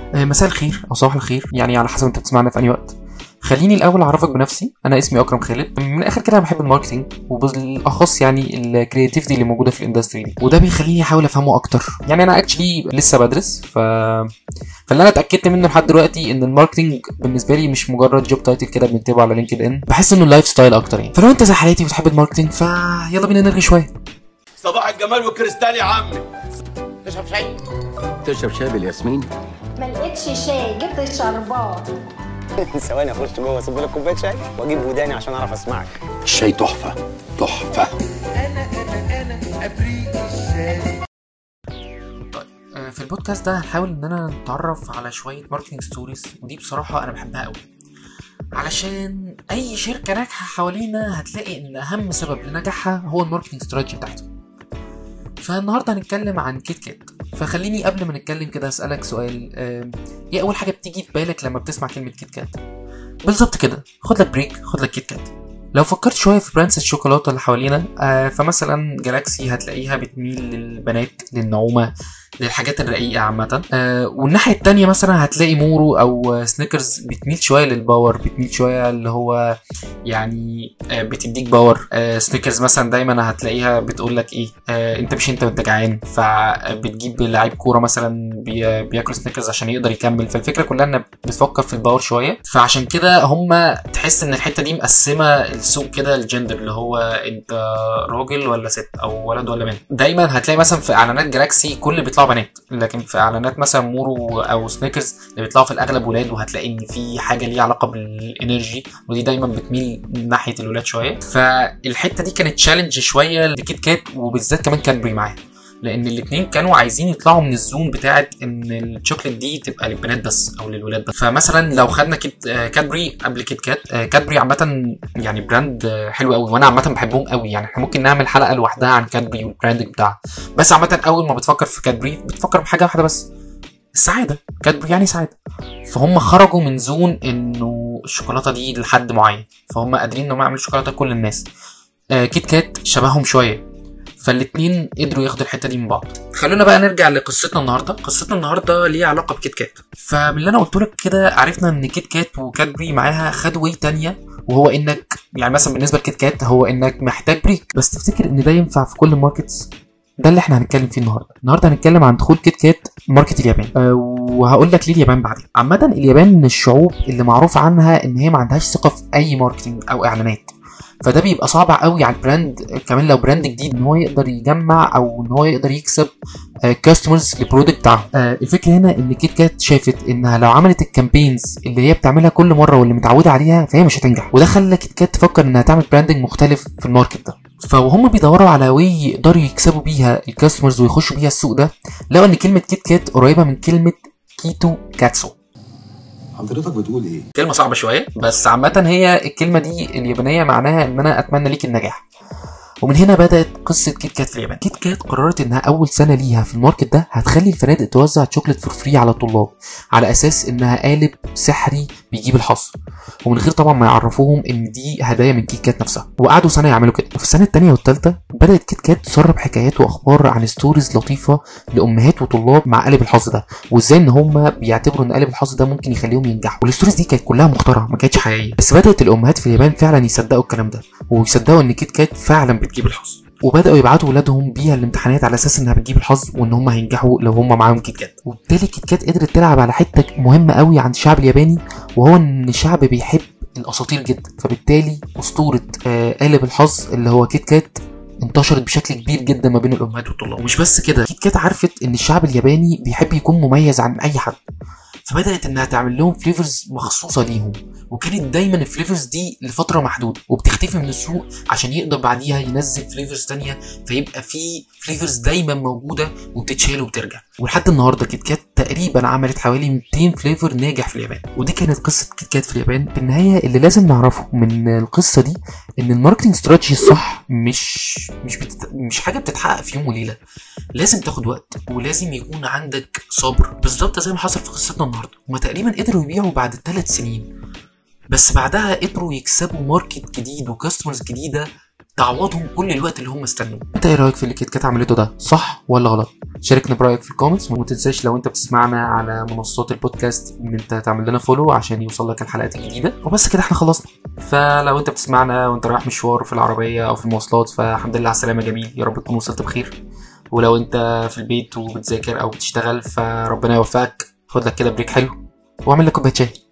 مساء الخير او صباح الخير، يعني على حسب انت بتسمعنا في انهي وقت. خليني الاول اعرفك بنفسي. انا اسمي اكرم خالد. من الاخر كده انا بحب الماركتينج، وبالاخص يعني الكرياتيفيتي اللي موجوده في الاندستري دي، وده بيخليني احاول افهمه اكتر. يعني انا اكشلي لسه بدرس، فاللي انا اتاكدت منه لحد دلوقتي ان الماركتينج بالنسبه لي مش مجرد جوب تايتل كده بنكتبه على لينكد ان، بحس انه لايف ستايل اكتر يعني. فلو انت زي حالاتي وبتحب الماركتينج فيلا بينا نرغي شويه. صباح الجمال والكريستال يا عمي. تشرب شاي؟ تشرب شاي بالياسمين؟ ما لقيتش شاي، جبت الشربات. ثواني اخش جوه اصب لك كوبايه شاي واجيب وداني عشان اعرف اسمعك. الشاي تحفه تحفه. انا ابريق الشاي. في البودكاست ده هنحاول ان انا نتعرف على شويه ماركتنج ستوريز، ودي بصراحه انا بحبها قوي، علشان اي شركه ناجحه حوالينا هتلاقي ان اهم سبب لنجاحها هو الماركتنج استراتيجي بتاعته. فالنهارده هنتكلم عن كيت كات. فخليني قبل ما نتكلم كده اسالك سؤال، ايه اول حاجه بتيجي في بالك لما بتسمع كلمه كيت كات؟ بالظبط كده، خد لك بريك، خد لك كيت كات. لو فكرت شويه في براندز الشوكولاته اللي حوالينا، فمثلا جالاكسي هتلاقيها بتميل للبنات، للنعومه، للحاجات الرقيقه عامه. والناحيه التانية مثلا هتلاقي مورو او سنيكرز بتميل شويه للباور، بتميل شويه اللي هو يعني بتديك باور. سنيكرز مثلا دايما هتلاقيها بتقول لك ايه، انت مش انت وانت جعان، فبتجيب لعيب كوره مثلا بياكل سنيكرز عشان يقدر يكمل. فالفكره كلها انها بتفكر في الباور شويه. فعشان كده هم تحس ان الحته دي مقسمه السوق كده الجندر، اللي هو انت راجل ولا ست او ولد ولا بنت. دايما هتلاقي مثلا في اعلانات جالاكسي كل اللي بيطلعوا بنات، لكن في اعلانات مثلا مورو او سنيكرز اللي بيطلعوا في الاغلب ولاد، وهتلاقي ان في حاجه ليها علاقه بالانرجي، ودي دايما بتميل ناحيه الولاد شويه. فالحته دي كانت تشالنج شويه لكيت كات، وبالذات كمان كادبري معاها، لان الاثنين كانوا عايزين يطلعوا من الزون بتاعه ان الشوكليت دي تبقى للبنات بس او للولاد بس. فمثلا لو خدنا كادبري قبل كيت كات، كادبري عامه يعني براند حلو قوي، وانا عامه بحبهم قوي. يعني احنا ممكن نعمل حلقه لوحدها عن كادبري والبراندنج بتاعها. بس عامه اول ما بتفكر في كادبري بتفكر بحاجه واحده بس، السعاده. كادبري يعني سعاده. فهم خرجوا من زون انه الشوكولاته دي لحد معين، فهم قادرين انهم يعملوا شوكولاته لكل الناس. كيت كات شبههم شويه، فالاتنين قدروا ياخدوا الحته دي من بعض. خلونا بقى نرجع لقصتنا النهارده. قصتنا النهارده ليها علاقه بكيت كات. فمن اللي انا قلته لك كده عرفنا ان كيت كات وكادبري معاها خدوا واي تانية، وهو انك يعني مثلا بالنسبه لكيت كات هو انك محتاج بريك. بس تفتكر ان ده ينفع في كل الماركتس؟ ده اللي احنا هنتكلم فيه النهارده هنتكلم عن دخول كيت كات ماركت اليابان، وهقول لك ليه اليابان بعدين. عامه اليابان من الشعوب اللي معروف عنها ان هي ما عندهاش ثقه في اي ماركتنج او اعلانات، فده بيبقى صعب قوي على البراند، كمان لو براند جديد، ان هو يقدر يجمع او ان هو يقدر يكسب كاستمرز للبرودكت بتاعه. الفكره هنا ان كيت كات شافت انها لو عملت الكامبينز اللي هي بتعملها كل مره واللي متعوده عليها فهي مش هتنجح، وده خلى كيت كات تفكر انها تعمل براندنج مختلف في الماركت ده. فوهم بيدوروا على واي يقدروا يكسبوا بيها الكاستمرز ويخشوا بيها السوق ده، لقوا ان كلمه كيت كات قريبه من كلمه كيتو كاتسو. حضرتك بتقول ايه؟ كلمه صعبه شويه، بس عامه هي الكلمه دي اليابانيه معناها ان انا اتمنى ليك النجاح. ومن هنا بدأت قصة كيت كات في اليابان. كيت كات قررت انها اول سنة ليها في الماركت ده هتخلي الفنادق توزع شوكليت فور فري على الطلاب، على اساس انها قالب سحري بيجيب الحظ، ومن غير طبعا ما يعرفوهم ان دي هدايا من كيت كات نفسها. وقعدوا سنة يعملوا كده. وفي السنة الثانية والثالثة بدأت كيت كات تسرب حكايات واخبار عن ستوريز لطيفة لامهات وطلاب مع قالب الحظ ده، وازاي ان هم بيعتبروا ان قالب الحظ ده ممكن يخليهم ينجحوا. والستوريز دي كانت كلها مخترعة، ما كانتش حقيقية. بس بدأت الامهات في اليابان فعلا يصدقوا الكلام ده، ويصدقوا ان كيت كات فعلا بتجيب الحظ، وبداوا يبعتوا ولادهم بيها الامتحانات على اساس انها بتجيب الحظ وان هم هينجحوا لو هم معاهم كيت كات. وبالتالي كيت كات قدرت تلعب على حته مهمه قوي عند الشعب الياباني، وهو ان الشعب بيحب الاساطير جدا. فبالتالي اسطوره قالب الحظ اللي هو كيت كات انتشرت بشكل كبير جدا ما بين الامهات والطلاب. ومش بس كده، كيت كات عرفت ان الشعب الياباني بيحب يكون مميز عن اي حد، فبدأت انها تعمل لهم فليفرز مخصوصة ليهم، وكانت دايما الفليفرز دي لفترة محدودة وبتختفي من السوق عشان يقدر بعديها ينزل فليفرز تانية، فيبقى في فليفرز دايما موجودة وبتتشال وبترجع. ولحد النهارده كيت كات تقريبا عملت حوالي 200 فليفر ناجح في اليابان. ودي كانت قصة كيت كات في اليابان. في النهاية اللي لازم نعرفه من القصة دي ان الماركتنج استراتيجي الصح مش حاجة بتتحقق في يوم وليلة، لازم تاخد وقت، ولازم يكون عندك صبر، بالظبط زي ما حصل في قصتنا النهارده. هما تقريبا قدروا يبيعوا بعد 3 سنين، بس بعدها قدروا يكسبوا ماركت جديد وكاستمرز جديده تعوضهم كل الوقت اللي هم استنوا. انت ايه رايك في اللي كيت كات عملته ده؟ صح ولا غلط؟ شاركنا برايك في الكومنتس، وما تنساش لو انت بتسمعنا على منصات البودكاست ان انت تعمل لنا فولو عشان يوصل لك الحلقات الجديده. وبس كده احنا خلصنا. فلو انت بتسمعنا وانت رايح مشوار في العربيه او في المواصلات فالحمد لله على السلامه، جميل، يا رب تكون وصلت بخير. ولو انت في البيت وبتذاكر او بتشتغل فربنا يوفقك، خد لك كده بريك حلو واعمل لك كوبايه شاي.